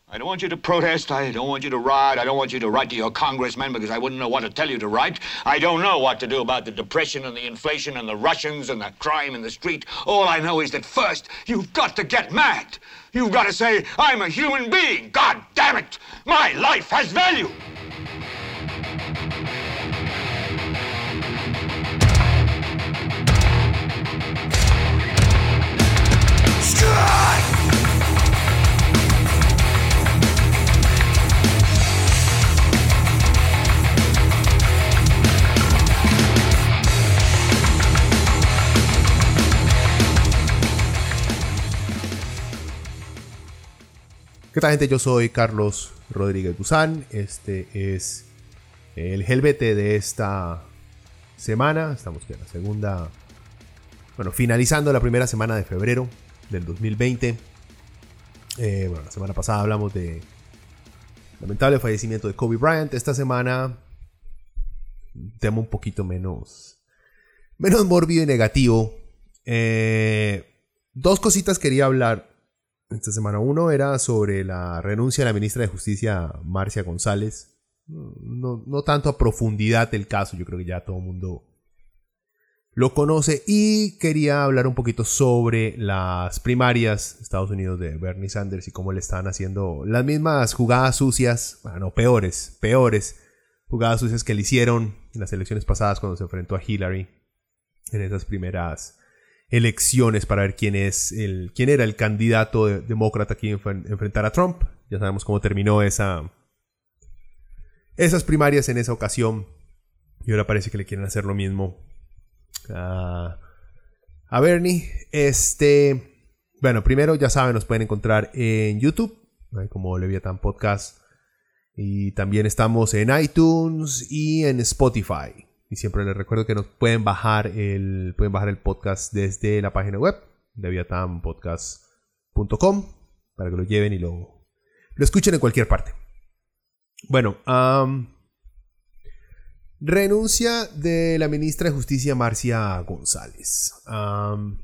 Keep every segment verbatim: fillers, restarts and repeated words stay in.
I don't want you to protest. I don't want you to riot. I don't want you to write to your congressman because I wouldn't know what to tell you to write. I don't know what to do about the depression and the inflation and the Russians and the crime in the street. All I know is that first, you've got to get mad. You've got to say, I'm a human being. God damn it. My life has value. ¿Qué tal, gente? Yo soy Carlos Rodríguez Buzán. Este es el Helvete de esta semana. Estamos en la segunda, bueno, finalizando la primera semana de febrero del dos mil veinte. Eh, bueno, la semana pasada hablamos de lamentable fallecimiento de Kobe Bryant. Esta semana, un tema un poquito menos, menos mórbido y negativo. Eh, dos cositas quería hablar esta semana. Uno era sobre la renuncia de la ministra de Justicia, Marcia González. No, no tanto a profundidad del caso, yo creo que ya todo el mundo lo conoce. Y quería hablar un poquito sobre las primarias de Estados Unidos de Bernie Sanders y cómo le están haciendo las mismas jugadas sucias, bueno, peores, peores jugadas sucias que le hicieron en las elecciones pasadas cuando se enfrentó a Hillary en esas primeras elecciones para ver quién es el quién era el candidato de, demócrata que iba a enfrentar a Trump. Ya sabemos cómo terminó esa esas primarias en esa ocasión y ahora parece que le quieren hacer lo mismo a, a Bernie. Este, bueno, primero ya saben, nos pueden encontrar en YouTube, ¿no?, como Leviatán Podcast, y también estamos en iTunes y en Spotify. Y siempre les recuerdo que nos pueden bajar el, pueden bajar el podcast desde la página web, leviathan podcast punto com, para que lo lleven y lo, lo escuchen en cualquier parte. Bueno, um, renuncia de la ministra de Justicia, Marcia González. Um,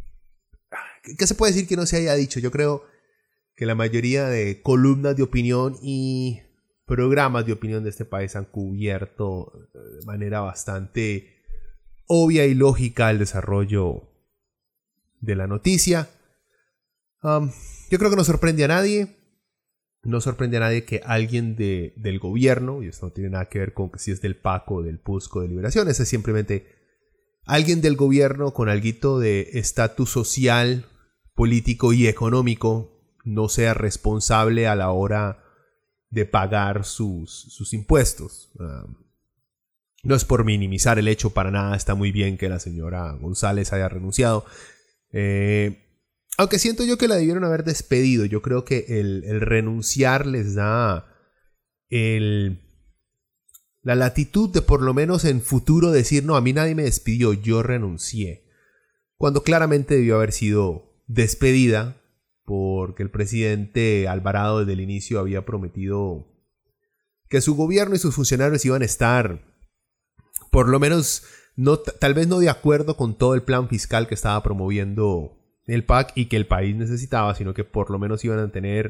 ¿Qué se puede decir que no se haya dicho? Yo creo que la mayoría de columnas de opinión y programas de opinión de este país han cubierto de manera bastante obvia y lógica el desarrollo de la noticia. Um, yo creo que no sorprende a nadie. No sorprende a nadie que alguien de, del gobierno, y esto no tiene nada que ver con que si es del P A C o del P U S C o de Liberación, es simplemente alguien del gobierno con alguito de estatus social, político y económico no sea responsable a la hora de pagar sus, sus impuestos. Uh, no es por minimizar el hecho para nada, está muy bien que la señora González haya renunciado. Eh, aunque siento yo que la debieron haber despedido. Yo creo que el, el renunciar les da el, la latitud de por lo menos en futuro decir, no, a mí nadie me despidió, yo renuncié. Cuando claramente debió haber sido despedida, porque el presidente Alvarado desde el inicio había prometido que su gobierno y sus funcionarios iban a estar, por lo menos, no, tal vez no de acuerdo con todo el plan fiscal que estaba promoviendo el P A C y que el país necesitaba, sino que por lo menos iban a tener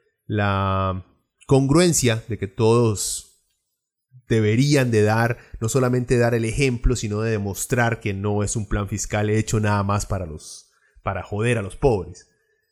la congruencia de que todos deberían de dar, no solamente dar el ejemplo, sino de demostrar que no es un plan fiscal hecho nada más para, los, para joder a los pobres.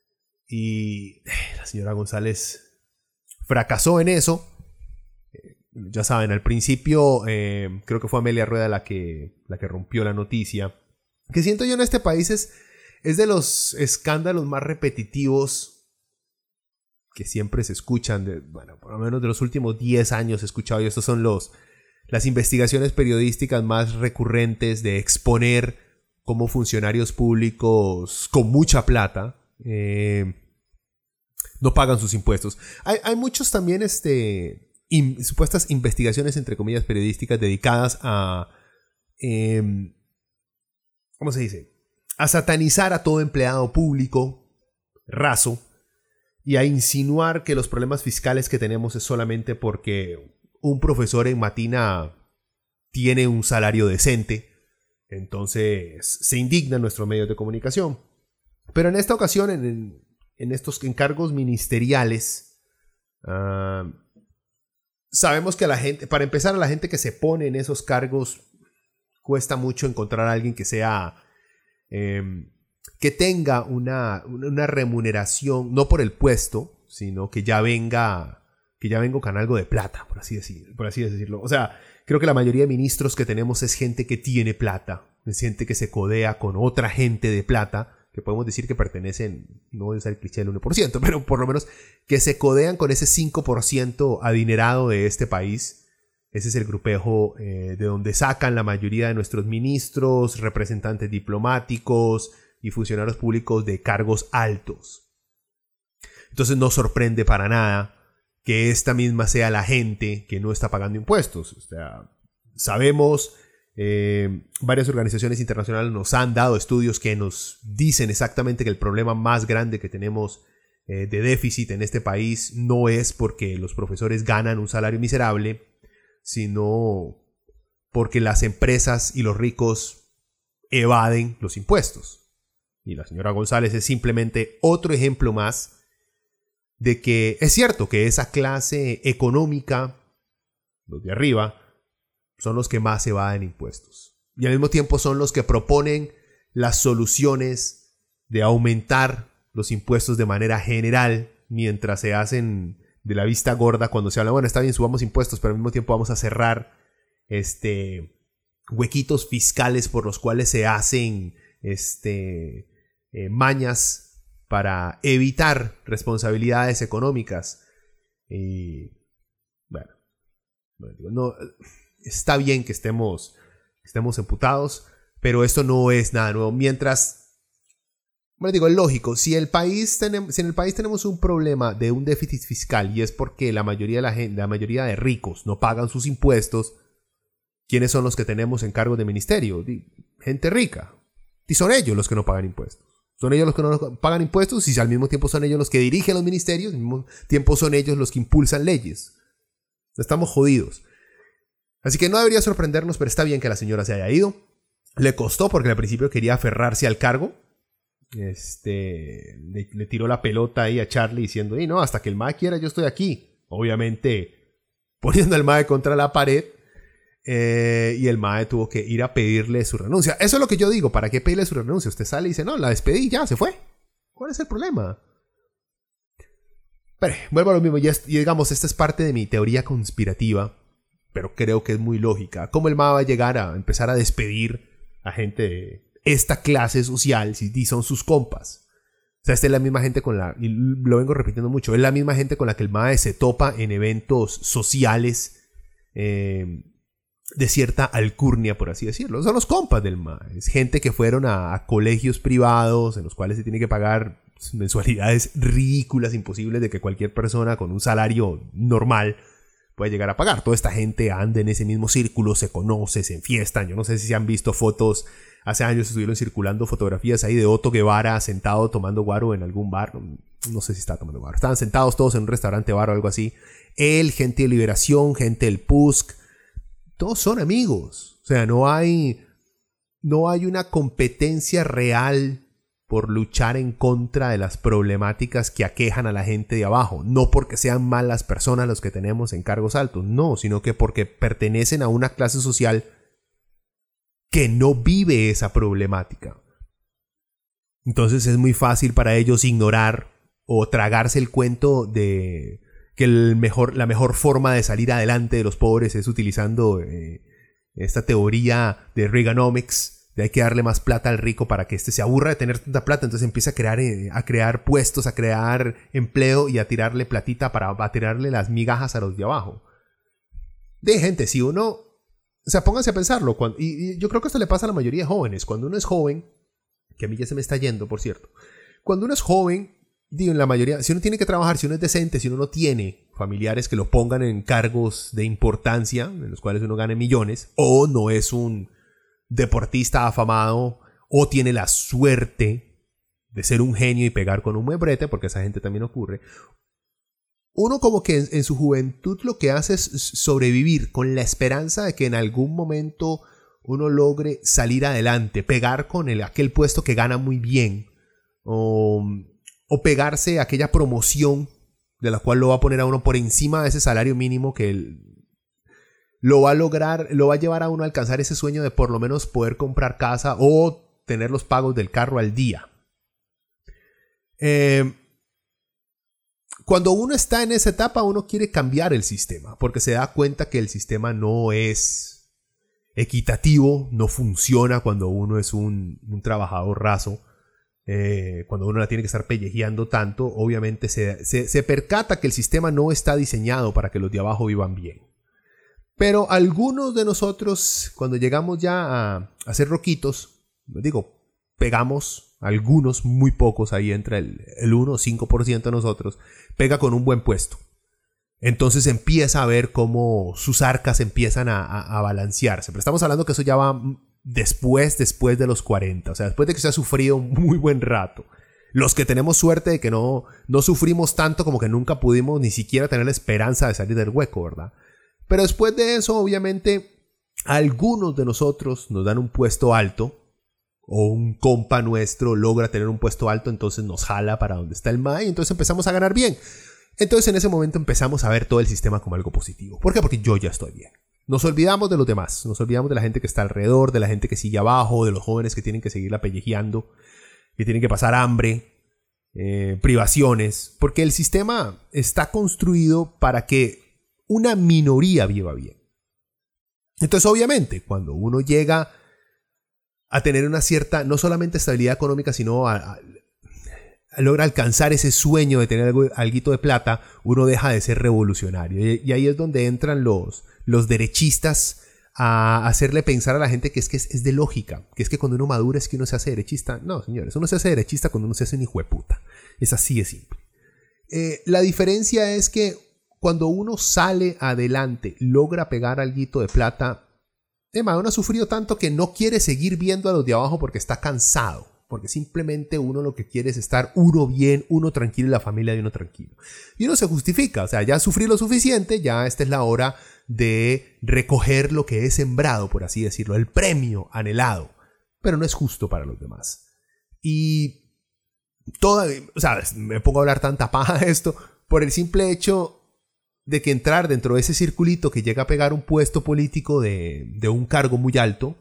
Y la señora González fracasó en eso. Eh, ya saben, al principio eh, creo que fue Amelia Rueda la que, la que rompió la noticia. Que siento yo en este país es, es de los escándalos más repetitivos que siempre se escuchan. De, bueno, por lo menos de los últimos diez años he escuchado. Y estos son los, las investigaciones periodísticas más recurrentes de exponer cómo funcionarios públicos con mucha plata Eh, no pagan sus impuestos. Hay, hay muchos también este, in, supuestas investigaciones, entre comillas, periodísticas dedicadas a eh, ¿cómo se dice? A satanizar a todo empleado público raso y a insinuar que los problemas fiscales que tenemos es solamente porque un profesor en Matina tiene un salario decente. Entonces se indignan nuestros medios de comunicación. Pero en esta ocasión, en, en estos encargos ministeriales, Uh, sabemos que la gente, para empezar, a la gente que se pone en esos cargos cuesta mucho encontrar a alguien que sea, eh, que tenga una, una remuneración, no por el puesto, sino que ya venga, que ya venga con algo de plata, por así decir, por así decirlo. O sea, creo que la mayoría de ministros que tenemos es gente que tiene plata, es gente que se codea con otra gente de plata, que podemos decir que pertenecen, no voy a usar el cliché del uno por ciento, pero por lo menos que se codean con ese cinco por ciento adinerado de este país. Ese es el grupejo eh, de donde sacan la mayoría de nuestros ministros, representantes diplomáticos y funcionarios públicos de cargos altos. Entonces no sorprende para nada que esta misma sea la gente que no está pagando impuestos. O sea, sabemos, eh, varias organizaciones internacionales nos han dado estudios que nos dicen exactamente que el problema más grande que tenemos eh, de déficit en este país no es porque los profesores ganan un salario miserable, sino porque las empresas y los ricos evaden los impuestos. Y la señora González es simplemente otro ejemplo más de que es cierto que esa clase económica, los de arriba, son los que más evaden impuestos. Y al mismo tiempo son los que proponen las soluciones de aumentar los impuestos de manera general, mientras se hacen de la vista gorda cuando se habla, bueno, está bien, subamos impuestos, pero al mismo tiempo vamos a cerrar este, huequitos fiscales por los cuales se hacen este, eh, mañas para evitar responsabilidades económicas. Y bueno, no, está bien que estemos, estemos emputados, pero esto no es nada nuevo. Mientras, bueno, digo, es lógico, si, el país tenemos, si en el país tenemos un problema de un déficit fiscal y es porque la mayoría de la gente, la mayoría de ricos no pagan sus impuestos, ¿quiénes son los que tenemos en cargos de ministerio? Gente rica. Y son ellos los que no pagan impuestos. Son ellos los que no pagan impuestos y al mismo tiempo son ellos los que dirigen los ministerios, al mismo tiempo son ellos los que impulsan leyes. Estamos jodidos. Así que no debería sorprendernos, pero está bien que la señora se haya ido. Le costó porque al principio quería aferrarse al cargo. Este, le, le tiró la pelota ahí a Charlie diciendo, y no, hasta que el M A E quiera yo estoy aquí. Obviamente poniendo al M A E contra la pared. Eh, y el M A E tuvo que ir a pedirle su renuncia. Eso es lo que yo digo, ¿para qué pedirle su renuncia? Usted sale y dice, no, la despedí, ya, se fue. ¿Cuál es el problema? Pero vuelvo a lo mismo, y, es, y digamos, esta es parte de mi teoría conspirativa, pero creo que es muy lógica. ¿Cómo el M A E va a llegar a empezar a despedir a gente de esta clase social si son sus compas? O sea, esta es la misma gente con la, y lo vengo repitiendo mucho, es la misma gente con la que el M A E se topa en eventos sociales, eh, de cierta alcurnia, por así decirlo. Son los compas del M A E. Es gente que fueron a, a colegios privados en los cuales se tiene que pagar mensualidades ridículas, imposibles de que cualquier persona con un salario normal pueda llegar a pagar. Toda esta gente anda en ese mismo círculo, se conoce, se enfiestan. Yo no sé si se han visto fotos. Hace años estuvieron circulando fotografías ahí de Otto Guevara sentado tomando guaro en algún bar. No, no sé si estaba tomando guaro. Estaban sentados todos en un restaurante bar o algo así. Él, gente de Liberación, gente del P U S C. Todos son amigos. O sea, no hay, no hay una competencia real por luchar en contra de las problemáticas que aquejan a la gente de abajo. No porque sean malas personas los que tenemos en cargos altos, no, sino que porque pertenecen a una clase social que no vive esa problemática. Entonces es muy fácil para ellos ignorar o tragarse el cuento de que el mejor, la mejor forma de salir adelante de los pobres es utilizando eh, esta teoría de Reaganomics, de hay que darle más plata al rico para que éste se aburra de tener tanta plata, entonces empieza a crear, eh, a crear puestos, a crear empleo y a tirarle platita para a tirarle las migajas a los de abajo. De gente, si uno, o sea, pónganse a pensarlo, cuando, y, y yo creo que esto le pasa a la mayoría de jóvenes, cuando uno es joven, que a mí ya se me está yendo, por cierto, cuando uno es joven, digo, en la mayoría, si uno tiene que trabajar, si uno es decente, si uno no tiene familiares que lo pongan en cargos de importancia, en los cuales uno gane millones, o no es un deportista afamado, o tiene la suerte de ser un genio y pegar con un buen brete, porque esa gente también ocurre, uno como que en, en su juventud lo que hace es sobrevivir con la esperanza de que en algún momento uno logre salir adelante, pegar con el, aquel puesto que gana muy bien, o... o pegarse a aquella promoción de la cual lo va a poner a uno por encima de ese salario mínimo que el, lo va a lograr, lo va a llevar a uno a alcanzar ese sueño de por lo menos poder comprar casa o tener los pagos del carro al día. Eh, cuando uno está en esa etapa, uno quiere cambiar el sistema, porque se da cuenta que el sistema no es equitativo, no funciona cuando uno es un, un trabajador raso. Eh, cuando uno la tiene que estar pellejeando tanto, obviamente se, se, se percata que el sistema no está diseñado para que los de abajo vivan bien. Pero algunos de nosotros, cuando llegamos ya a, a ser roquitos, digo, pegamos, algunos, muy pocos, ahí entra el, el uno o cinco por ciento de nosotros, pega con un buen puesto. Entonces empieza a ver cómo sus arcas empiezan a, a, a balancearse. Pero estamos hablando que eso ya va después, después de los cuarenta. O sea, después de que se ha sufrido un muy buen rato. Los que tenemos suerte de que no, no sufrimos tanto como que nunca pudimos ni siquiera tener la esperanza de salir del hueco, ¿verdad? Pero después de eso, obviamente, algunos de nosotros nos dan un puesto alto. O un compa nuestro logra tener un puesto alto, entonces nos jala para donde está el M A E y entonces empezamos a ganar bien. Entonces en ese momento empezamos a ver todo el sistema como algo positivo. ¿Por qué? Porque yo ya estoy bien. Nos olvidamos de los demás, nos olvidamos de la gente que está alrededor, de la gente que sigue abajo, de los jóvenes que tienen que seguirla pellejeando, que tienen que pasar hambre, eh, privaciones, porque el sistema está construido para que una minoría viva bien. Entonces, obviamente, cuando uno llega a tener una cierta, no solamente estabilidad económica, sino a, a, a logra alcanzar ese sueño de tener algo, alguito de plata, uno deja de ser revolucionario. Y, y ahí es donde entran los... los derechistas a hacerle pensar a la gente que es que es, es de lógica, que es que cuando uno madura es que uno se hace derechista. No, señores, uno se hace derechista cuando uno se hace un hijo de puta. Es así de simple. Eh, la diferencia es que cuando uno sale adelante, logra pegar alguito de plata, Emma, uno ha sufrido tanto que no quiere seguir viendo a los de abajo porque está cansado. Porque simplemente uno lo que quiere es estar uno bien, uno tranquilo y la familia de uno tranquilo. Y uno se justifica, o sea, ya sufrí lo suficiente, ya esta es la hora de recoger lo que he sembrado, por así decirlo, el premio anhelado. Pero no es justo para los demás. Y toda, o sea, me pongo a hablar tanta paja de esto por el simple hecho de que entrar dentro de ese circulito que llega a pegar un puesto político de, de un cargo muy alto,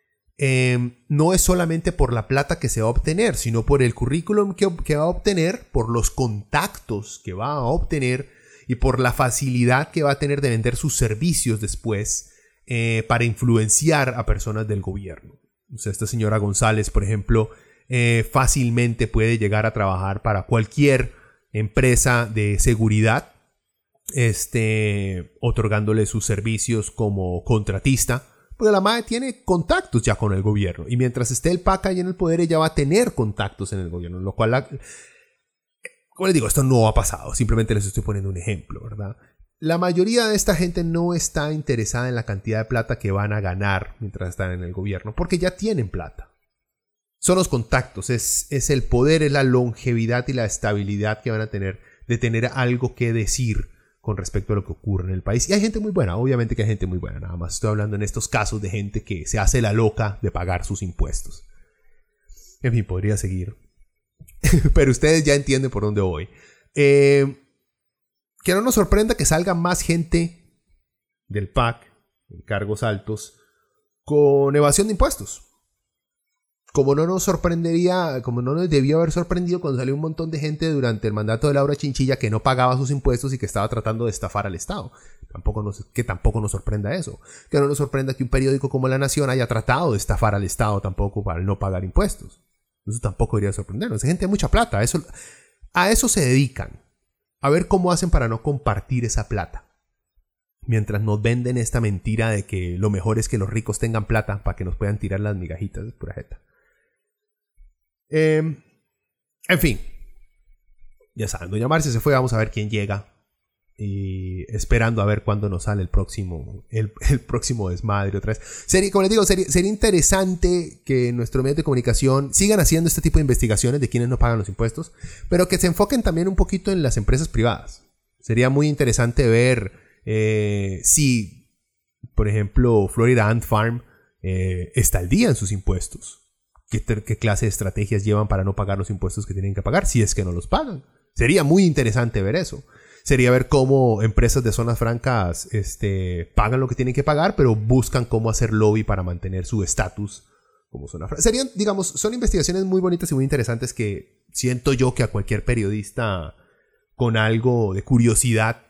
Eh, no es solamente por la plata que se va a obtener, sino por el currículum que, que va a obtener, por los contactos que va a obtener y por la facilidad que va a tener de vender sus servicios después eh, para influenciar a personas del gobierno. O sea, esta señora González, por ejemplo, eh, fácilmente puede llegar a trabajar para cualquier empresa de seguridad, este, otorgándole sus servicios como contratista. Porque la M A E tiene contactos ya con el gobierno. Y mientras esté el P A C ahí en el poder, ella va a tener contactos en el gobierno. Lo cual, la, como les digo, esto no ha pasado. Simplemente les estoy poniendo un ejemplo, ¿verdad? La mayoría de esta gente no está interesada en la cantidad de plata que van a ganar mientras están en el gobierno. Porque ya tienen plata. Son los contactos. Es, es el poder, es la longevidad y la estabilidad que van a tener de tener algo que decir con respecto a lo que ocurre en el país. Y hay gente muy buena, obviamente que hay gente muy buena, nada más estoy hablando en estos casos de gente que se hace la loca de pagar sus impuestos. En fin, podría seguir. Pero ustedes ya entienden por dónde voy. Eh, que no nos sorprenda que salga más gente del P A C, en cargos altos, con evasión de impuestos. Como no nos sorprendería, como no nos debió haber sorprendido cuando salió un montón de gente durante el mandato de Laura Chinchilla que no pagaba sus impuestos y que estaba tratando de estafar al Estado. Tampoco nos, que tampoco nos sorprenda eso. Que no nos sorprenda que un periódico como La Nación haya tratado de estafar al Estado tampoco para no pagar impuestos. Eso tampoco debería sorprendernos. Hay gente de mucha plata. A eso, a eso se dedican. A ver cómo hacen para no compartir esa plata. Mientras nos venden esta mentira de que lo mejor es que los ricos tengan plata para que nos puedan tirar las migajitas de pura jeta. Eh, en fin, ya saben, doña Marcia se fue, vamos a ver quién llega. Y esperando a ver cuándo nos sale el próximo el, el próximo desmadre otra vez. Sería, como les digo, sería, sería interesante que nuestros medios de comunicación sigan haciendo este tipo de investigaciones de quienes no pagan los impuestos, pero que se enfoquen también un poquito en las empresas privadas. Sería muy interesante ver eh, si, por ejemplo, Florida Ant Farm eh, está al día en sus impuestos. ¿Qué, ¿Qué clase de estrategias llevan para no pagar los impuestos que tienen que pagar si es que no los pagan? Sería muy interesante ver eso. sería ver cómo empresas de zonas francas este, pagan lo que tienen que pagar, pero buscan cómo hacer lobby para mantener su estatus como zona franca. Serían, digamos, son investigaciones muy bonitas y muy interesantes que siento yo que a cualquier periodista con algo de curiosidad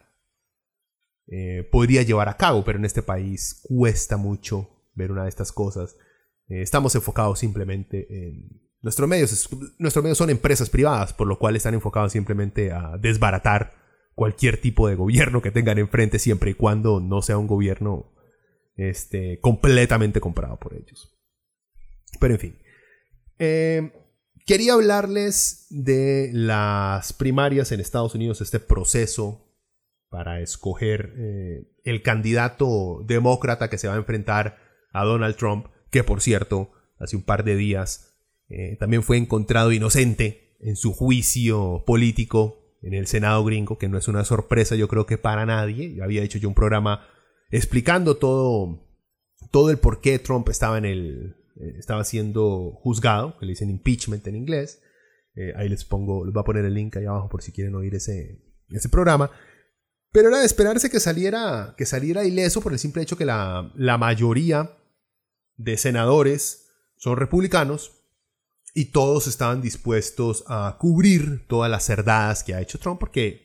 eh, podría llevar a cabo, pero en este país cuesta mucho ver una de estas cosas. Eh, estamos enfocados simplemente en... Nuestros medios, nuestros medios son empresas privadas, por lo cual están enfocados simplemente a desbaratar cualquier tipo de gobierno que tengan enfrente, siempre y cuando no sea un gobierno este, completamente comprado por ellos. Pero en fin. Eh, quería hablarles de las primarias en Estados Unidos, este proceso para escoger eh, el candidato demócrata que se va a enfrentar a Donald Trump, que por cierto, hace un par de días eh, también fue encontrado inocente en su juicio político en el Senado gringo, que no es una sorpresa yo creo que para nadie. Yo había hecho yo un programa explicando todo, todo el por qué Trump estaba en el eh, estaba siendo juzgado, que le dicen impeachment en inglés. Eh, ahí les pongo, les voy a poner el link ahí abajo por si quieren oír ese, ese programa. Pero era de esperarse que saliera, que saliera ileso por el simple hecho que la, la mayoría de senadores son republicanos y todos estaban dispuestos a cubrir todas las cerdadas que ha hecho Trump, porque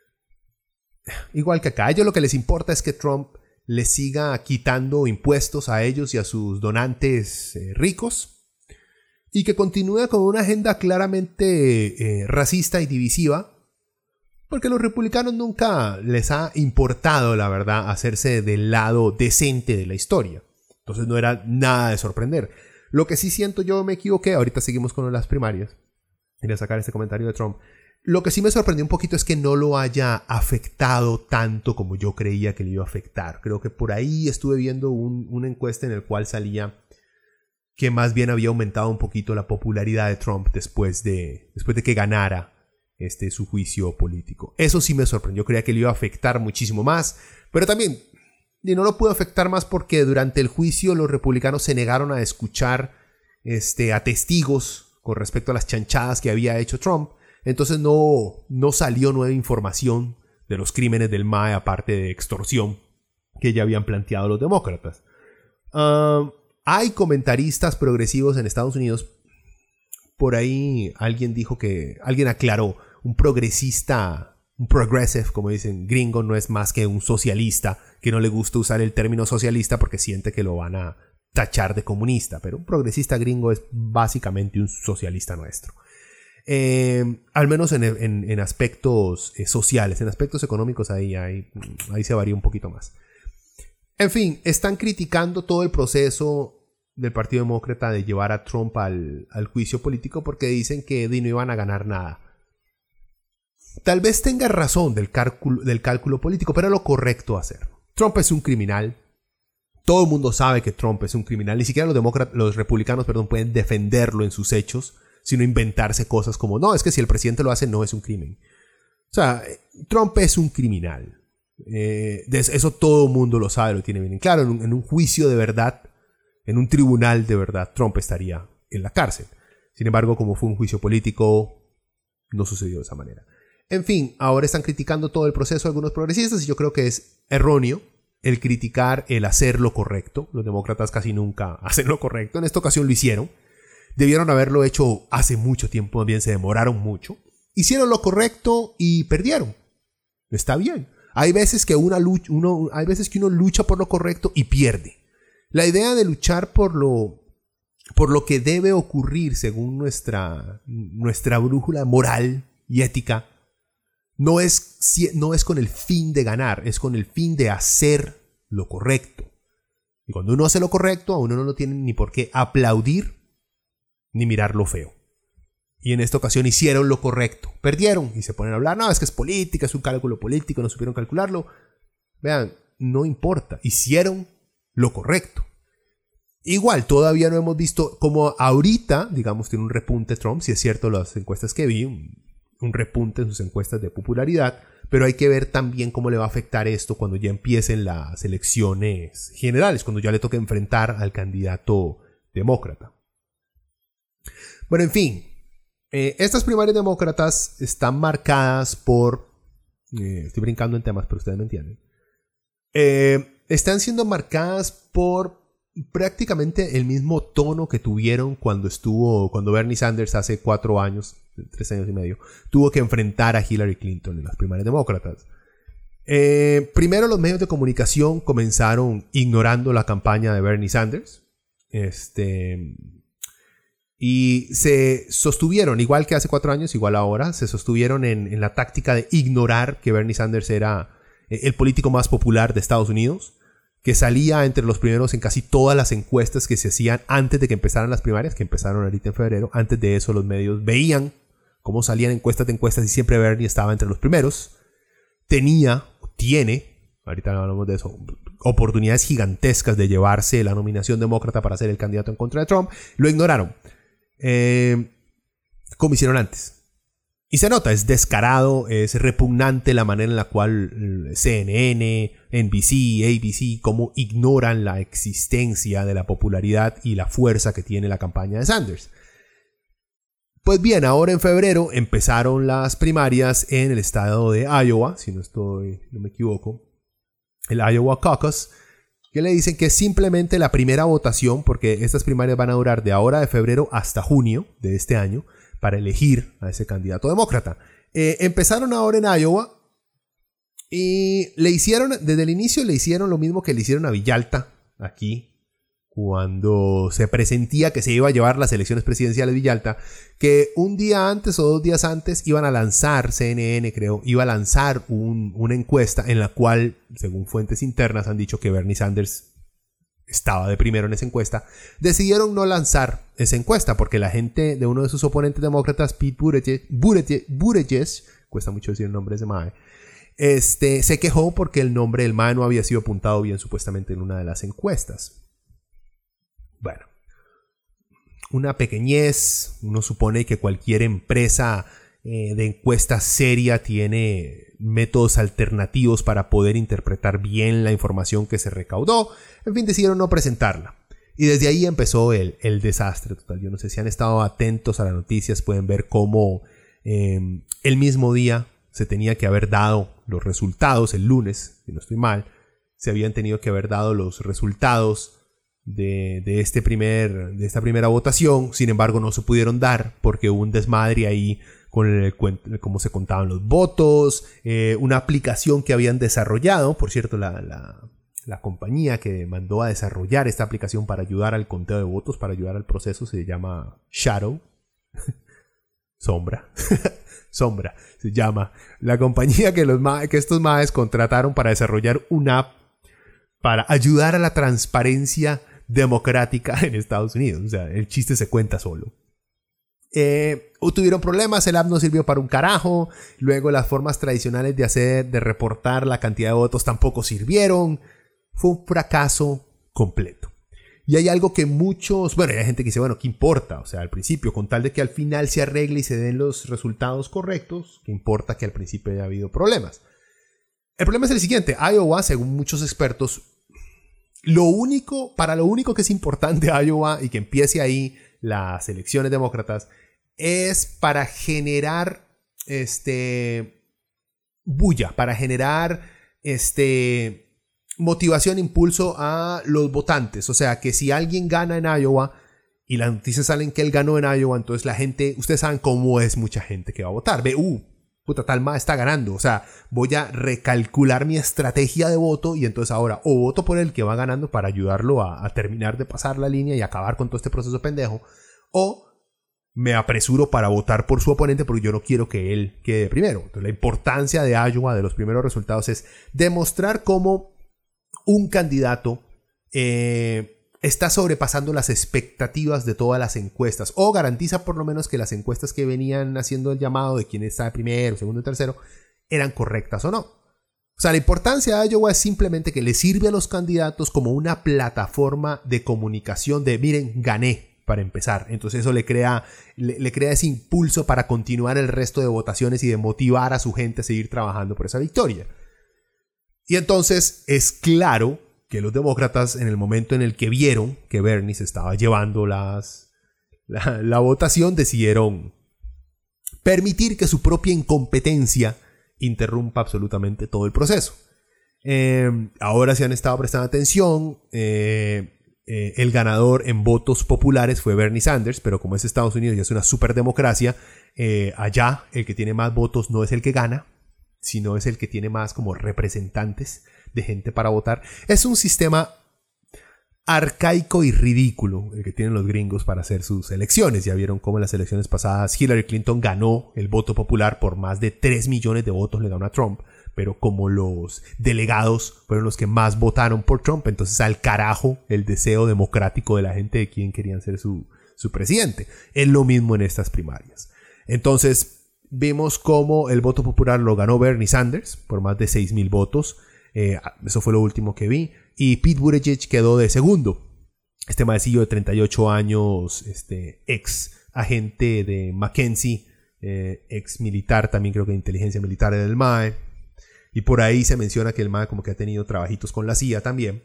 igual que acá, a ellos lo que les importa es que Trump les siga quitando impuestos a ellos y a sus donantes eh, ricos, y que continúe con una agenda claramente eh, racista y divisiva, porque a los republicanos nunca les ha importado, la verdad, hacerse del lado decente de la historia. Entonces no era nada de sorprender. Lo que sí siento, yo me equivoqué, ahorita seguimos con las primarias, quería sacar este comentario de Trump. Lo que sí me sorprendió un poquito es que no lo haya afectado tanto como yo creía que le iba a afectar. Creo que por ahí estuve viendo un, una encuesta en el cual salía que más bien había aumentado un poquito la popularidad de Trump después de, después de que ganara este, su juicio político. Eso sí me sorprendió, creía que le iba a afectar muchísimo más, pero también y no lo pudo afectar más porque durante el juicio los republicanos se negaron a escuchar este, a testigos con respecto a las chanchadas que había hecho Trump. Entonces no, no salió nueva información de los crímenes del M A E, aparte de extorsión que ya habían planteado los demócratas. Uh, hay comentaristas progresivos en Estados Unidos. Por ahí alguien dijo que, alguien aclaró, un progresista, un progressive, como dicen gringo, no es más que un socialista, que no le gusta usar el término socialista porque siente que lo van a tachar de comunista, pero un progresista gringo es básicamente un socialista nuestro. Eh, al menos en, en, en aspectos eh, sociales, en aspectos económicos ahí, ahí, ahí se varía un poquito más. En fin, están criticando todo el proceso del Partido Demócrata de llevar a Trump al, al juicio político porque dicen que no iban a ganar nada. Tal vez tenga razón del cálculo, del cálculo político, pero es lo correcto hacer. Trump es un criminal. Todo el mundo sabe que Trump es un criminal. Ni siquiera los, demócratas, los republicanos perdón, pueden defenderlo en sus hechos, sino inventarse cosas como, no, es que si el presidente lo hace, no es un crimen. O sea, Trump es un criminal. Eh, eso todo el mundo lo sabe, lo tiene bien claro. En un, en un juicio de verdad, en un tribunal de verdad, Trump estaría en la cárcel. Sin embargo, como fue un juicio político, no sucedió de esa manera. En fin, ahora están criticando todo el proceso algunos progresistas y yo creo que es erróneo el criticar el hacer lo correcto. Los demócratas casi nunca hacen lo correcto. En esta ocasión lo hicieron. Debieron haberlo hecho hace mucho tiempo, también se demoraron mucho. Hicieron lo correcto y perdieron. Está bien. Hay veces que, una lucha, uno, hay veces que uno lucha por lo correcto y pierde. La idea de luchar por lo, por lo que debe ocurrir según nuestra, nuestra brújula moral y ética no es, no es con el fin de ganar, es con el fin de hacer lo correcto. Y cuando uno hace lo correcto, a uno no lo tienen ni por qué aplaudir ni mirar lo feo. Y en esta ocasión hicieron lo correcto. Perdieron y se ponen a hablar, no, es que es política, es un cálculo político, no supieron calcularlo. Vean, no importa, hicieron lo correcto. Igual, todavía no hemos visto cómo ahorita, digamos, tiene un repunte Trump, si es cierto las encuestas que vi, un, un repunte en sus encuestas de popularidad, pero hay que ver también cómo le va a afectar esto cuando ya empiecen las elecciones generales, cuando ya le toque enfrentar al candidato demócrata. Bueno, en fin, eh, estas primarias demócratas están marcadas por eh, estoy brincando en temas, pero ustedes me entienden, eh, están siendo marcadas por prácticamente el mismo tono que tuvieron cuando estuvo, cuando Bernie Sanders hace cuatro años, tres años y medio, tuvo que enfrentar a Hillary Clinton en las primarias demócratas. Eh, primero los medios de comunicación comenzaron ignorando la campaña de Bernie Sanders. Este... Y se sostuvieron, igual que hace cuatro años, igual ahora, se sostuvieron en, en la táctica de ignorar que Bernie Sanders era el político más popular de Estados Unidos, que salía entre los primeros en casi todas las encuestas que se hacían antes de que empezaran las primarias, que empezaron ahorita en febrero. Antes de eso los medios veían cómo salían encuestas de encuestas y siempre Bernie estaba entre los primeros. Tenía, tiene, ahorita hablamos de eso, oportunidades gigantescas de llevarse la nominación demócrata para ser el candidato en contra de Trump. Lo ignoraron. Eh, como hicieron antes. Y se nota, es descarado, es repugnante la manera en la cual C N N, N B C, A B C, cómo ignoran la existencia de la popularidad y la fuerza que tiene la campaña de Sanders. Pues bien, ahora en febrero empezaron las primarias en el estado de Iowa, si no estoy, no me equivoco, el Iowa Caucus, que le dicen que es simplemente la primera votación, porque estas primarias van a durar de ahora de febrero hasta junio de este año, para elegir a ese candidato demócrata. Eh, empezaron ahora en Iowa y le hicieron, desde el inicio le hicieron lo mismo que le hicieron a Villalta aquí, cuando se presentía que se iba a llevar las elecciones presidenciales de Villalta, que un día antes o dos días antes iban a lanzar, C N N creo, iba a lanzar un, una encuesta en la cual, según fuentes internas, han dicho que Bernie Sanders estaba de primero en esa encuesta. Decidieron no lanzar esa encuesta porque la gente de uno de sus oponentes demócratas, Pete Buttigieg, Buttigieg, Buttigieg cuesta mucho decir el nombre de ese mae, este, se quejó porque el nombre del mae no había sido apuntado bien supuestamente en una de las encuestas. Bueno, una pequeñez. Uno supone que cualquier empresa eh, de encuesta seria tiene métodos alternativos para poder interpretar bien la información que se recaudó. En fin, decidieron no presentarla. Y desde ahí empezó el, el desastre total. Yo no sé si han estado atentos a las noticias, pueden ver cómo eh, el mismo día se tenía que haber dado los resultados, el lunes, si no estoy mal, se habían tenido que haber dado los resultados de, de, este primer, de esta primera votación. Sin embargo, no se pudieron dar porque hubo un desmadre ahí con el, cómo se contaban los votos, eh, una aplicación que habían desarrollado, por cierto, la, la, la compañía que mandó a desarrollar esta aplicación para ayudar al conteo de votos, para ayudar al proceso, se llama Shadow, Sombra, Sombra, se llama la compañía que, los ma que estos maes contrataron para desarrollar una app para ayudar a la transparencia democrática en Estados Unidos. O sea, el chiste se cuenta solo. Eh, tuvieron problemas, el app no sirvió para un carajo. Luego las formas tradicionales de hacer, de reportar la cantidad de votos tampoco sirvieron. Fue un fracaso completo. Y hay algo que muchos, bueno, hay gente que dice, bueno, ¿qué importa? O sea, al principio, con tal de que al final se arregle y se den los resultados correctos, ¿qué importa que al principio haya habido problemas? El problema es el siguiente. Iowa, según muchos expertos, lo único, para lo único que es importante Iowa y que empiece ahí las elecciones demócratas es para generar este bulla, para generar este motivación, impulso a los votantes. O sea, que si alguien gana en Iowa y las noticias salen que él ganó en Iowa, entonces la gente, ustedes saben cómo es mucha gente que va a votar. Ve, uh, puta, tal ma está ganando. O sea, voy a recalcular mi estrategia de voto y entonces ahora o voto por el que va ganando para ayudarlo a, a terminar de pasar la línea y acabar con todo este proceso pendejo, o me apresuro para votar por su oponente porque yo no quiero que él quede primero. Entonces, la importancia de Iowa, de los primeros resultados, es demostrar cómo un candidato eh, está sobrepasando las expectativas de todas las encuestas, o garantiza por lo menos que las encuestas que venían haciendo el llamado de quién está primero, segundo y tercero eran correctas o no. O sea, la importancia de Iowa es simplemente que le sirve a los candidatos como una plataforma de comunicación de, miren, gané, para empezar. Entonces eso le crea, le, le crea ese impulso para continuar el resto de votaciones y de motivar a su gente a seguir trabajando por esa victoria. Y entonces es claro que los demócratas, en el momento en el que vieron que Bernie se estaba llevando las, la, la votación, decidieron permitir que su propia incompetencia interrumpa absolutamente todo el proceso. Eh, ahora si han estado prestando atención, eh, eh, el ganador en votos populares fue Bernie Sanders, pero como es Estados Unidos y es una superdemocracia, eh, allá el que tiene más votos no es el que gana, sino es el que tiene más como representantes de gente para votar. Es un sistema arcaico y ridículo el que tienen los gringos para hacer sus elecciones. Ya vieron cómo en las elecciones pasadas Hillary Clinton ganó el voto popular por más de tres millones de votos, le ganó a Trump, pero como los delegados fueron los que más votaron por Trump, entonces al carajo el deseo democrático de la gente de quién querían ser su, su presidente. Es lo mismo en estas primarias. Entonces vimos cómo el voto popular lo ganó Bernie Sanders por más de seis mil votos. Eh, eso fue lo último que vi. Y Pete Buttigieg quedó de segundo. Este maecillo de treinta y ocho años, este, ex agente de McKinsey, eh, ex militar también, creo que de inteligencia militar del M A E. Y por ahí se menciona que el M A E como que ha tenido trabajitos con la C I A también.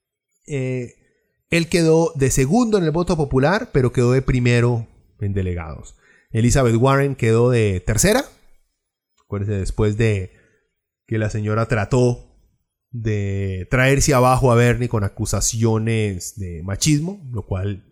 Eh, él quedó de segundo en el voto popular, pero quedó de primero en delegados. Elizabeth Warren quedó de tercera. Acuérdense, después de que la señora trató de traerse abajo a Bernie con acusaciones de machismo, lo cual,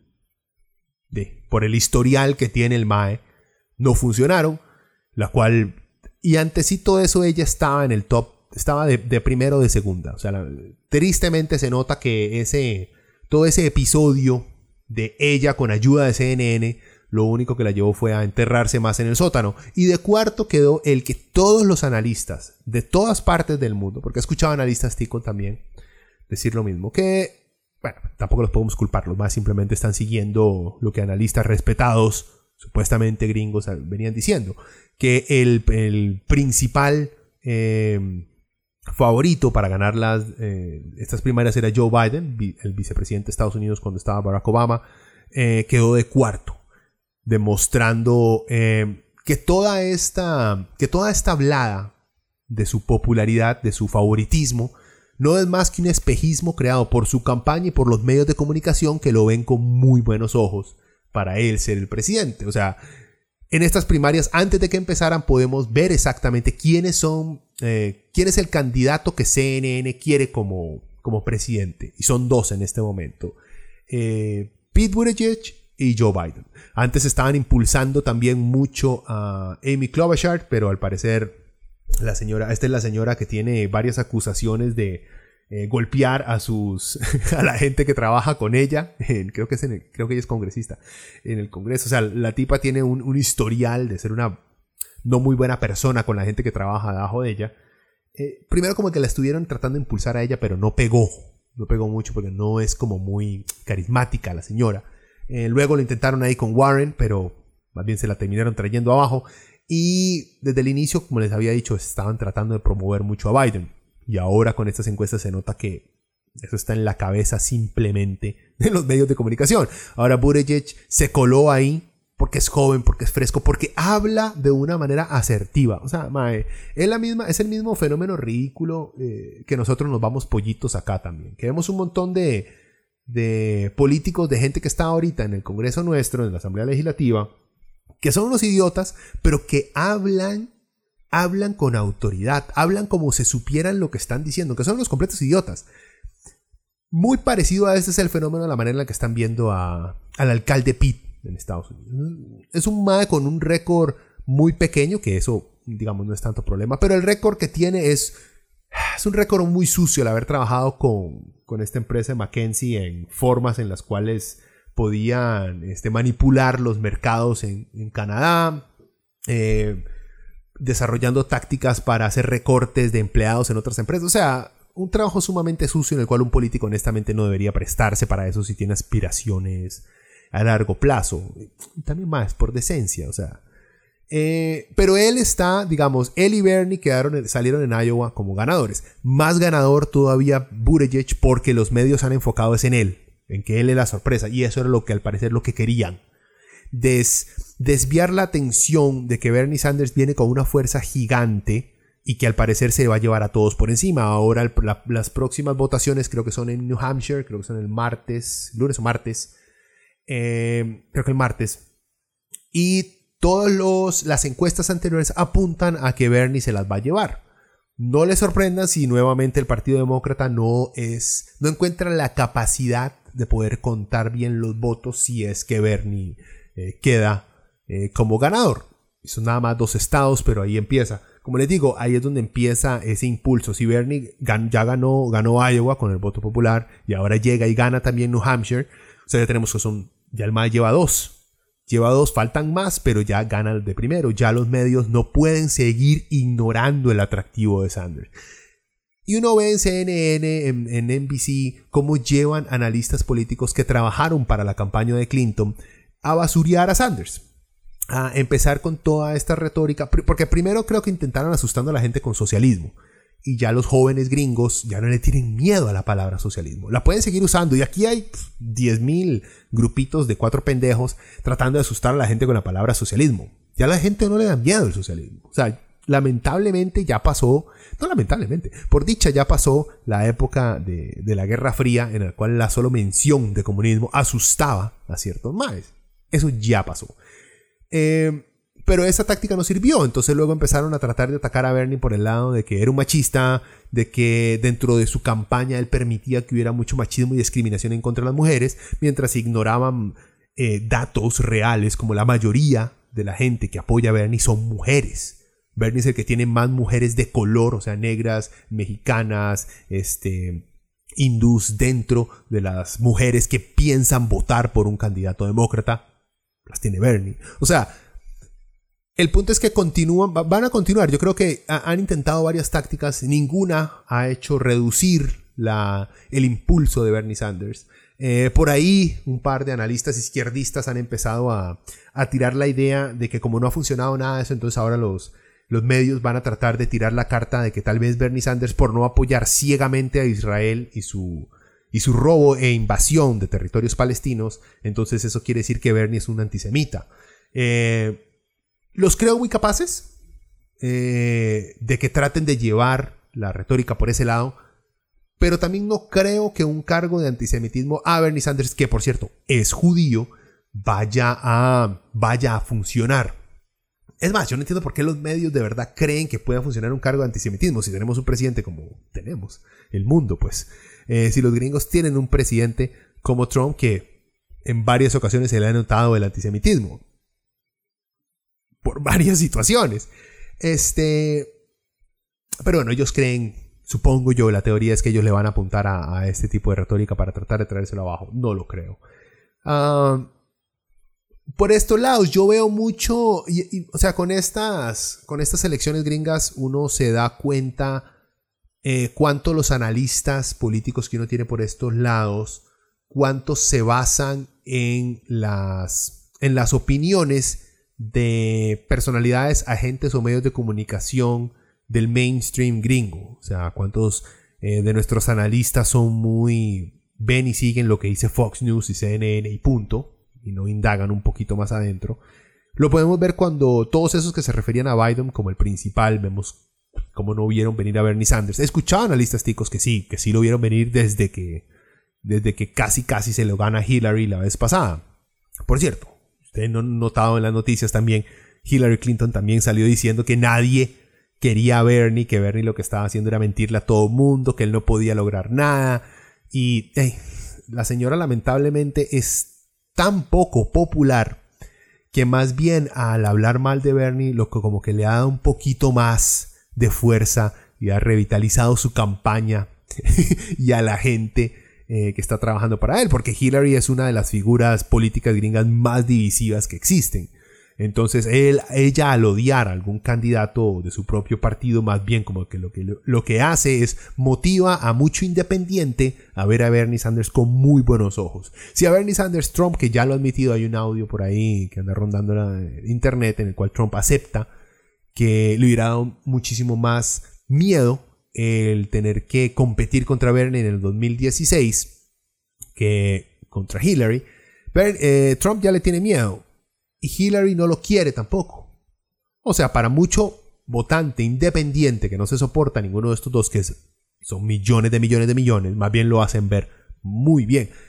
de, por el historial que tiene el M A E, no funcionaron, la cual, y antesito de eso ella estaba en el top, estaba de, de primero o de segunda. O sea, la, tristemente se nota que ese, todo ese episodio de ella con ayuda de C N N, lo único que la llevó fue a enterrarse más en el sótano. Y de cuarto quedó el que todos los analistas de todas partes del mundo, porque he escuchado analistas ticos también decir lo mismo, que, bueno, tampoco los podemos culpar, los más simplemente están siguiendo lo que analistas respetados, supuestamente gringos, venían diciendo, que el, el principal eh, favorito para ganar las, eh, estas primarias era Joe Biden, el vicepresidente de Estados Unidos cuando estaba Barack Obama, eh, quedó de cuarto, demostrando eh, que toda esta que toda esta hablada de su popularidad, de su favoritismo, no es más que un espejismo creado por su campaña y por los medios de comunicación que lo ven con muy buenos ojos para él ser el presidente. O sea, en estas primarias, antes de que empezaran, podemos ver exactamente quiénes son, eh, quién es el candidato que C N N quiere como, como presidente. Y son dos en este momento. Eh, Pete Buttigieg y Joe Biden. Antes estaban impulsando también mucho a Amy Klobuchar, pero al parecer la señora, esta es la señora que tiene varias acusaciones de eh, golpear a sus a la gente que trabaja con ella. En, creo que es en el, creo que ella es congresista en el Congreso. O sea, la tipa tiene un, un historial de ser una no muy buena persona con la gente que trabaja debajo de ella. Eh, primero como que la estuvieron tratando de impulsar a ella, pero no pegó. No pegó mucho porque no es como muy carismática la señora. Eh, luego lo intentaron ahí con Warren, pero más bien se la terminaron trayendo abajo. Y desde el inicio, como les había dicho, estaban tratando de promover mucho a Biden. Y ahora con estas encuestas se nota que eso está en la cabeza simplemente de los medios de comunicación. Ahora Buttigieg se coló ahí porque es joven, porque es fresco, porque habla de una manera asertiva. O sea, mae, es, la misma, es el mismo fenómeno ridículo eh, que nosotros nos vamos pollitos acá también. Que vemos un montón de... de políticos, de gente que está ahorita en el Congreso nuestro, en la Asamblea Legislativa, que son unos idiotas, pero que hablan, hablan con autoridad, hablan como si supieran lo que están diciendo, que son los completos idiotas. Muy parecido a este es el fenómeno, la manera en la que están viendo a, al alcalde Pete en Estados Unidos. Es un mae con un récord muy pequeño, que eso, digamos, no es tanto problema, pero el récord que tiene es, es un récord muy sucio, el haber trabajado con con esta empresa de McKinsey en formas en las cuales podían este, manipular los mercados en, en Canadá, eh, desarrollando tácticas para hacer recortes de empleados en otras empresas. O sea, un trabajo sumamente sucio en el cual un político honestamente no debería prestarse para eso si tiene aspiraciones a largo plazo. También más por decencia, o sea. Eh, pero él está, digamos, él y Bernie quedaron, salieron en Iowa como ganadores. Más ganador todavía Buttigieg porque los medios han enfocado es en él, en que él es la sorpresa. Y eso era lo que al parecer lo que querían. Des, desviar la atención de que Bernie Sanders viene con una fuerza gigante y que al parecer se va a llevar a todos por encima. Ahora el, la, las próximas votaciones creo que son en New Hampshire, creo que son el martes, lunes o martes. Eh, creo que el martes. Y todas las encuestas anteriores apuntan a que Bernie se las va a llevar. No les sorprendan si nuevamente el Partido Demócrata no, es, no encuentra la capacidad de poder contar bien los votos si es que Bernie eh, queda eh, como ganador. Son nada más dos estados, pero ahí empieza. Como les digo, ahí es donde empieza ese impulso. Si Bernie gan- ya ganó, ganó Iowa con el voto popular y ahora llega y gana también New Hampshire, o sea, ya tenemos que son, ya el M A E lleva dos. Lleva dos, faltan más, pero ya gana el de primero. Ya los medios no pueden seguir ignorando el atractivo de Sanders. Y uno ve en C N N, en, en N B C, cómo llevan analistas políticos que trabajaron para la campaña de Clinton a basurear a Sanders. A empezar con toda esta retórica, porque primero creo que intentaron asustando a la gente con socialismo. Y ya los jóvenes gringos ya no le tienen miedo a la palabra socialismo. La pueden seguir usando. Y aquí hay diez mil grupitos de cuatro pendejos tratando de asustar a la gente con la palabra socialismo. Ya a la gente no le da miedo el socialismo. O sea, lamentablemente ya pasó, no lamentablemente, por dicha ya pasó la época de, de la Guerra Fría en la cual la solo mención de comunismo asustaba a ciertos maes. Eso ya pasó. Eh... Pero esa táctica no sirvió, entonces luego empezaron a tratar de atacar a Bernie por el lado de que era un machista, de que dentro de su campaña él permitía que hubiera mucho machismo y discriminación en contra de las mujeres, mientras ignoraban eh, datos reales como la mayoría de la gente que apoya a Bernie son mujeres. Bernie es el que tiene más mujeres de color, o sea, negras, mexicanas, este, hindús dentro de las mujeres que piensan votar por un candidato demócrata. Las tiene Bernie. O sea, el punto es que continúan, van a continuar. Yo creo que han intentado varias tácticas. Ninguna ha hecho reducir la, el impulso de Bernie Sanders. Eh, por ahí un par de analistas izquierdistas han empezado a, a tirar la idea de que como no ha funcionado nada de eso, entonces ahora los, los medios van a tratar de tirar la carta de que tal vez Bernie Sanders, por no apoyar ciegamente a Israel y su, y su robo e invasión de territorios palestinos, entonces eso quiere decir que Bernie es un antisemita. Eh... Los creo muy capaces eh, de que traten de llevar la retórica por ese lado, pero también no creo que un cargo de antisemitismo a Bernie Sanders, que por cierto es judío, vaya a, vaya a funcionar. Es más, yo no entiendo por qué los medios de verdad creen que pueda funcionar un cargo de antisemitismo si tenemos un presidente como tenemos, el mundo pues. Eh, si los gringos tienen un presidente como Trump que en varias ocasiones se le ha notado el antisemitismo. Por varias situaciones. Este. Pero bueno, ellos creen, supongo yo, la teoría es que ellos le van a apuntar a, a este tipo de retórica para tratar de traérselo abajo. No lo creo. Uh, por estos lados, yo veo mucho. Y, y, o sea, con estas, con estas elecciones gringas, uno se da cuenta eh, cuánto los analistas políticos que uno tiene por estos lados, cuánto se basan en las, en las opiniones de personalidades, agentes o medios de comunicación del mainstream gringo. O sea, cuántos eh, de nuestros analistas son muy... ven y siguen lo que dice Fox News y C N N y punto, y no indagan un poquito más adentro. Lo podemos ver cuando todos esos que se referían a Biden como el principal, vemos cómo no vieron venir a Bernie Sanders. Escuchaban analistas ticos que sí, que sí lo vieron venir desde que, desde que casi casi se lo gana Hillary la vez pasada. Por cierto, ustedes no han notado en las noticias también, Hillary Clinton también salió diciendo que nadie quería a Bernie, que Bernie lo que estaba haciendo era mentirle a todo el mundo, que él no podía lograr nada. Y hey, la señora lamentablemente es tan poco popular que más bien al hablar mal de Bernie, lo que como que le ha dado un poquito más de fuerza y ha revitalizado su campaña y a la gente Eh, que está trabajando para él, porque Hillary es una de las figuras políticas gringas más divisivas que existen. Entonces él, ella al odiar a algún candidato de su propio partido, más bien como que lo que, lo que hace es motiva a mucho independiente a ver a Bernie Sanders con muy buenos ojos. Si a Bernie Sanders Trump, que ya lo ha admitido, hay un audio por ahí que anda rondando en internet en el cual Trump acepta que le hubiera dado muchísimo más miedo el tener que competir contra Bernie en el dos mil dieciséis que contra Hillary. Pero, eh, Trump ya le tiene miedo y Hillary no lo quiere tampoco. O sea, para mucho votante independiente que no se soporta a ninguno de estos dos, que es, son millones de millones de millones, más bien lo hacen ver muy bien.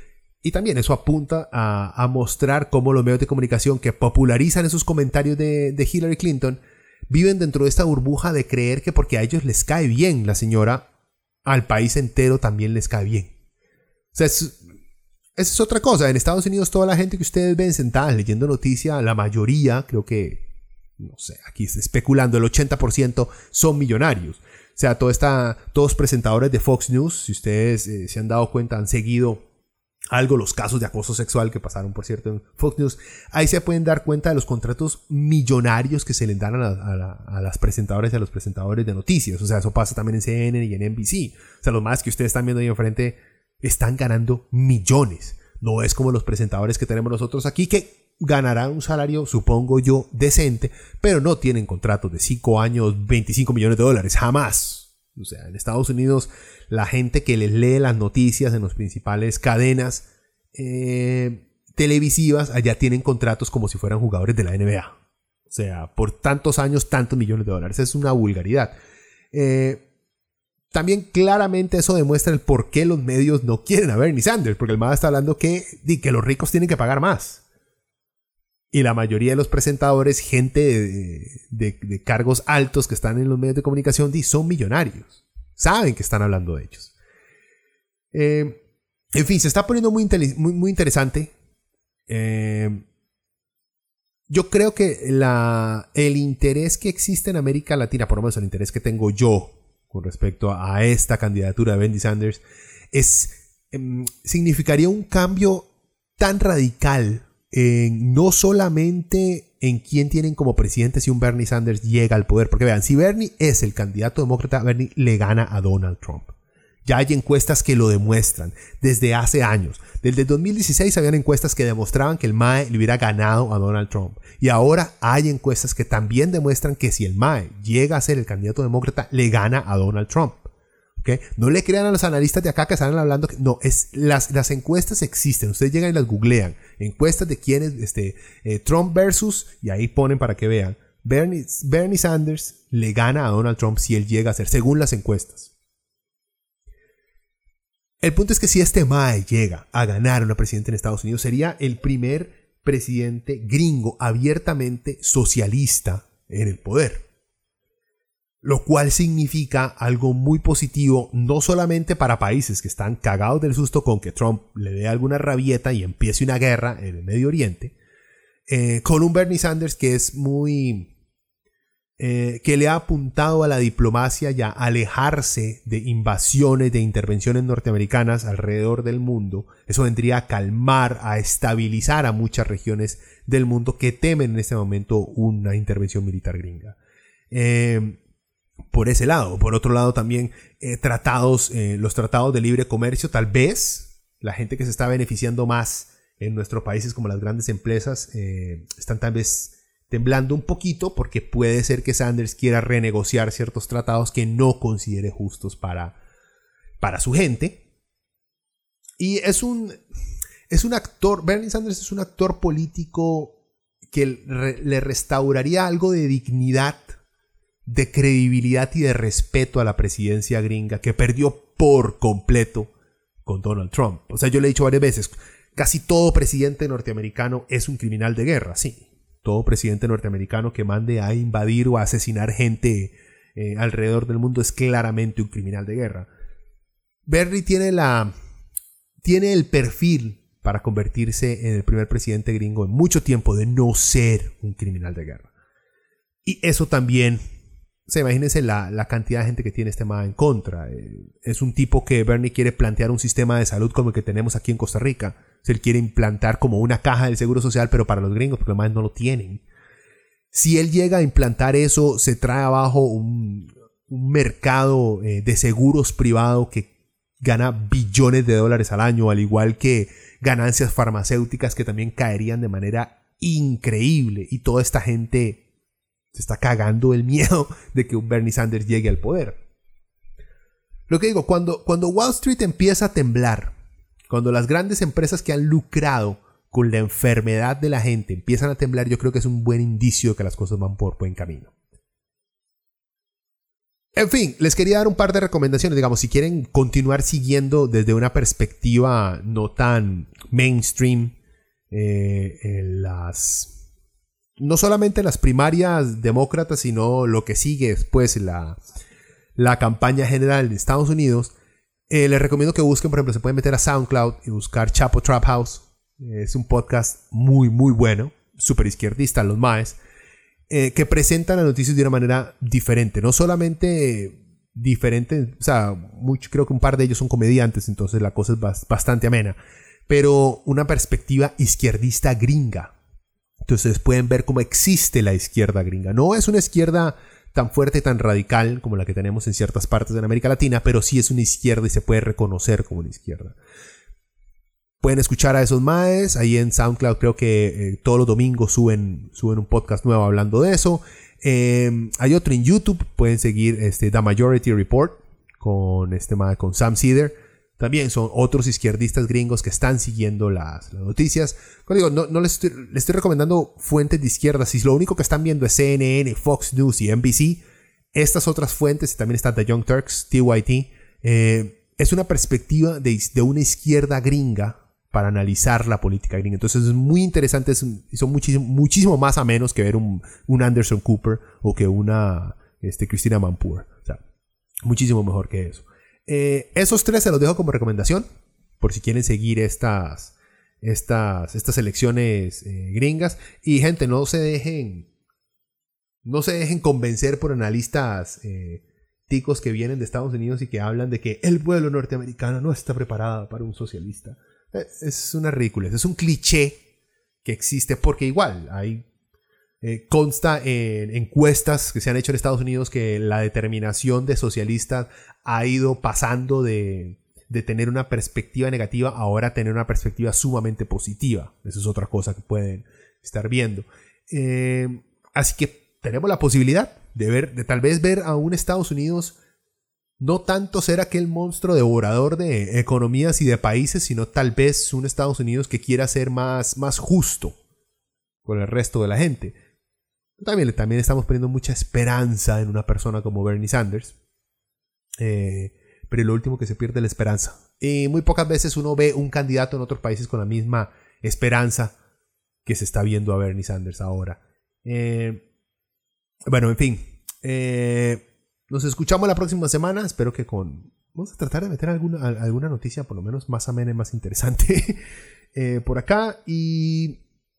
Y también eso apunta a, a mostrar cómo los medios de comunicación que popularizan esos comentarios de, de Hillary Clinton viven dentro de esta burbuja de creer que porque a ellos les cae bien la señora, al país entero también les cae bien. O sea, es, esa es otra cosa. En Estados Unidos toda la gente que ustedes ven sentada leyendo noticias, la mayoría, creo que, no sé, aquí especulando, el ochenta por ciento son millonarios. O sea, todo esta, todos presentadores de Fox News, si ustedes eh, se han dado cuenta, han seguido algo los casos de acoso sexual que pasaron, por cierto, en Fox News. Ahí se pueden dar cuenta de los contratos millonarios que se les dan a, la, a, la, a las presentadoras y a los presentadores de noticias. O sea, eso pasa también en C N N y en N B C. O sea, los más que ustedes están viendo ahí enfrente están ganando millones. No es como los presentadores que tenemos nosotros aquí, que ganarán un salario, supongo yo, decente, pero no tienen contratos de cinco años, veinticinco millones de dólares. Jamás. O sea, en Estados Unidos, la gente que les lee las noticias en las principales cadenas eh, televisivas, allá tienen contratos como si fueran jugadores de la N B A. O sea, por tantos años, tantos millones de dólares. Es una vulgaridad. Eh, también claramente eso demuestra el por qué los medios no quieren a Bernie Sanders, porque el M A está hablando que, que los ricos tienen que pagar más. Y la mayoría de los presentadores, gente de, de, de cargos altos que están en los medios de comunicación, son millonarios. Saben que están hablando de ellos. Eh, en fin, se está poniendo muy, muy, muy interesante. Eh, yo creo que la, el interés que existe en América Latina, por lo menos el interés que tengo yo con respecto a esta candidatura de Bernie Sanders, es, eh, significaría un cambio tan radical en no solamente en quién tienen como presidente si un Bernie Sanders llega al poder. Porque vean, si Bernie es el candidato demócrata, Bernie le gana a Donald Trump. Ya hay encuestas que lo demuestran desde hace años. Desde el dos mil dieciséis habían encuestas que demostraban que el M A E le hubiera ganado a Donald Trump. Y ahora hay encuestas que también demuestran que si el M A E llega a ser el candidato demócrata, le gana a Donald Trump. ¿Okay? No le crean a los analistas de acá que están hablando que no, es, las, las encuestas existen, ustedes llegan y las googlean, encuestas de quiénes, este, eh, Trump versus, y ahí ponen para que vean, Bernie, Bernie Sanders le gana a Donald Trump si él llega a ser, según las encuestas. El punto es que si este M A E llega a ganar a una presidenta en Estados Unidos, sería el primer presidente gringo abiertamente socialista en el poder. Lo cual significa algo muy positivo, no solamente para países que están cagados del susto con que Trump le dé alguna rabieta y empiece una guerra en el Medio Oriente, eh, con un Bernie Sanders que es muy... Eh, que le ha apuntado a la diplomacia y a alejarse de invasiones, de intervenciones norteamericanas alrededor del mundo. Eso vendría a calmar, a estabilizar a muchas regiones del mundo que temen en este momento una intervención militar gringa. Eh... Por ese lado. Por otro lado también eh, tratados, eh, los tratados de libre comercio, tal vez la gente que se está beneficiando más en nuestros países como las grandes empresas eh, están tal vez temblando un poquito porque puede ser que Sanders quiera renegociar ciertos tratados que no considere justos para, para su gente. Y es un, es un actor, Bernie Sanders es un actor político que re, le restauraría algo de dignidad, de credibilidad y de respeto a la presidencia gringa que perdió por completo con Donald Trump. O sea, yo le he dicho varias veces, casi todo presidente norteamericano es un criminal de guerra, sí. Todo presidente norteamericano que mande a invadir o a asesinar gente eh, alrededor del mundo es claramente un criminal de guerra. Bernie tiene la tiene el perfil para convertirse en el primer presidente gringo en mucho tiempo de no ser un criminal de guerra. Y eso también... O sea, imagínense la, la cantidad de gente que tiene este M A en contra. Eh, es un tipo que Bernie quiere plantear un sistema de salud como el que tenemos aquí en Costa Rica. O sea, él quiere implantar como una caja del seguro social, pero para los gringos, porque los M A no lo tienen. Si él llega a implantar eso, se trae abajo un, un mercado eh, de seguros privado que gana billones de dólares al año, al igual que ganancias farmacéuticas que también caerían de manera increíble. Y toda esta gente se está cagando el miedo de que un Bernie Sanders llegue al poder. Lo que digo, cuando, cuando Wall Street empieza a temblar, cuando las grandes empresas que han lucrado con la enfermedad de la gente empiezan a temblar, yo creo que es un buen indicio de que las cosas van por buen camino. En fin, les quería dar un par de recomendaciones. Digamos, si quieren continuar siguiendo desde una perspectiva no tan mainstream, eh, en las, no solamente las primarias demócratas, sino lo que sigue después, la, la campaña general de Estados Unidos, eh, les recomiendo que busquen, por ejemplo, se pueden meter a SoundCloud y buscar Chapo Trap House. Es un podcast muy, muy bueno, súper izquierdista, los maes. Eh, que presentan las noticias de una manera diferente. No solamente diferente, o sea, mucho, creo que un par de ellos son comediantes, entonces la cosa es bas- bastante amena, pero una perspectiva izquierdista gringa. Entonces pueden ver cómo existe la izquierda gringa. No es una izquierda tan fuerte, tan radical como la que tenemos en ciertas partes de América Latina, pero sí es una izquierda y se puede reconocer como una izquierda. Pueden escuchar a esos maes. Ahí en SoundCloud creo que eh, todos los domingos suben, suben un podcast nuevo hablando de eso. Eh, hay otro en YouTube. Pueden seguir este, The Majority Report con, este mae, con Sam Seder. También son otros izquierdistas gringos que están siguiendo las, las noticias. Como digo, no, no les, estoy, les estoy recomendando fuentes de izquierda. Si lo único que están viendo es C N N, Fox News y N B C, estas otras fuentes, y también está The Young Turks, T Y T, eh, es una perspectiva de, de una izquierda gringa para analizar la política gringa. Entonces es muy interesante y son muchísimo, muchísimo más a menos que ver un, un Anderson Cooper o que una este, Christina Amanpour. O sea, muchísimo mejor que eso. Eh, esos tres se los dejo como recomendación por si quieren seguir estas, estas, estas elecciones eh, gringas. Y gente, no se dejen no se dejen convencer por analistas eh, ticos que vienen de Estados Unidos y que hablan de que el pueblo norteamericano no está preparado para un socialista. Es una ridiculez, es un cliché que existe porque igual hay eh, consta en encuestas que se han hecho en Estados Unidos que la determinación de socialistas ha ido pasando de, de tener una perspectiva negativa a ahora tener una perspectiva sumamente positiva. Eso es otra cosa que pueden estar viendo. Eh, así que tenemos la posibilidad de ver, de tal vez ver a un Estados Unidos no tanto ser aquel monstruo devorador de economías y de países, sino tal vez un Estados Unidos que quiera ser más, más justo con el resto de la gente. También, también estamos poniendo mucha esperanza en una persona como Bernie Sanders. Eh, pero lo último que se pierde es la esperanza. Y muy pocas veces uno ve un candidato en otros países con la misma esperanza que se está viendo a Bernie Sanders ahora. Eh, bueno, en fin. Eh... Nos escuchamos la próxima semana. Espero que con... Vamos a tratar de meter alguna, alguna noticia por lo menos más amena y más interesante eh, por acá. Y...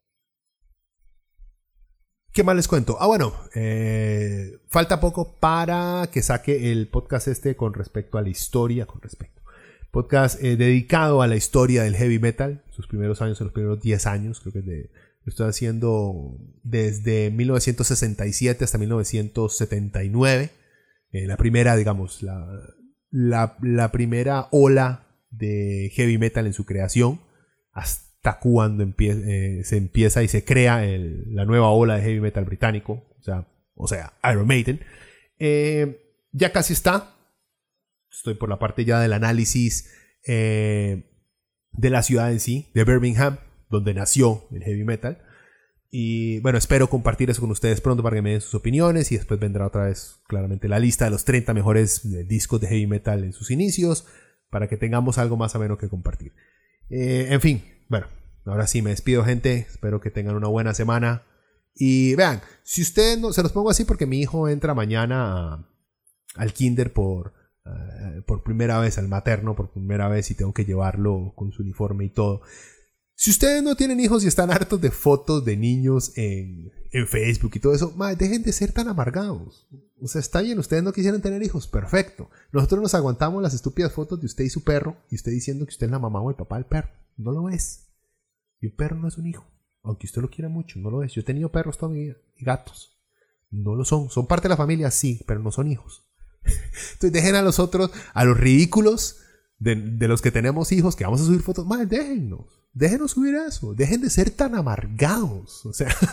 ¿Qué más les cuento? Ah, bueno. Eh, falta poco para que saque el podcast este con respecto a la historia. Con respecto. Podcast eh, dedicado a la historia del heavy metal. Sus primeros años, en los primeros diez años. Creo que de, lo estoy haciendo desde mil novecientos sesenta y siete hasta mil novecientos setenta y nueve. Eh, la primera, digamos, la, la, la primera ola de heavy metal en su creación, hasta cuando empie eh, se empieza y se crea el, la nueva ola de heavy metal británico, o sea, o sea Iron Maiden. Eh, ya casi está. Estoy por la parte ya del análisis eh, de la ciudad en sí, de Birmingham, donde nació el heavy metal. Y bueno, espero compartir eso con ustedes pronto para que me den sus opiniones. Y después vendrá otra vez claramente la lista de los treinta mejores discos de heavy metal en sus inicios, para que tengamos algo más ameno que compartir. Eh, en fin, bueno, ahora sí me despido, gente. Espero que tengan una buena semana. Y vean, si ustedes no, se los pongo así porque mi hijo entra mañana a, al kinder por, uh, por primera vez, al materno por primera vez, y tengo que llevarlo con su uniforme y todo. Si ustedes no tienen hijos y están hartos de fotos de niños en, en Facebook y todo eso, madre, dejen de ser tan amargados. O sea, está bien, ustedes no quisieran tener hijos, perfecto. Nosotros nos aguantamos las estúpidas fotos de usted y su perro, y usted diciendo que usted es la mamá o el papá del perro. No lo es. Y un perro no es un hijo. Aunque usted lo quiera mucho, no lo es. Yo he tenido perros toda mi vida y gatos. No lo son. Son parte de la familia, sí, pero no son hijos. Entonces dejen a los otros, a los ridículos de, de los que tenemos hijos, que vamos a subir fotos. Madre, déjennos. Déjenos subir eso. Dejen de ser tan amargados. O sea.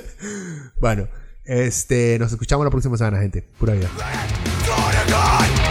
Bueno, este, nos escuchamos la próxima semana, gente. Pura vida.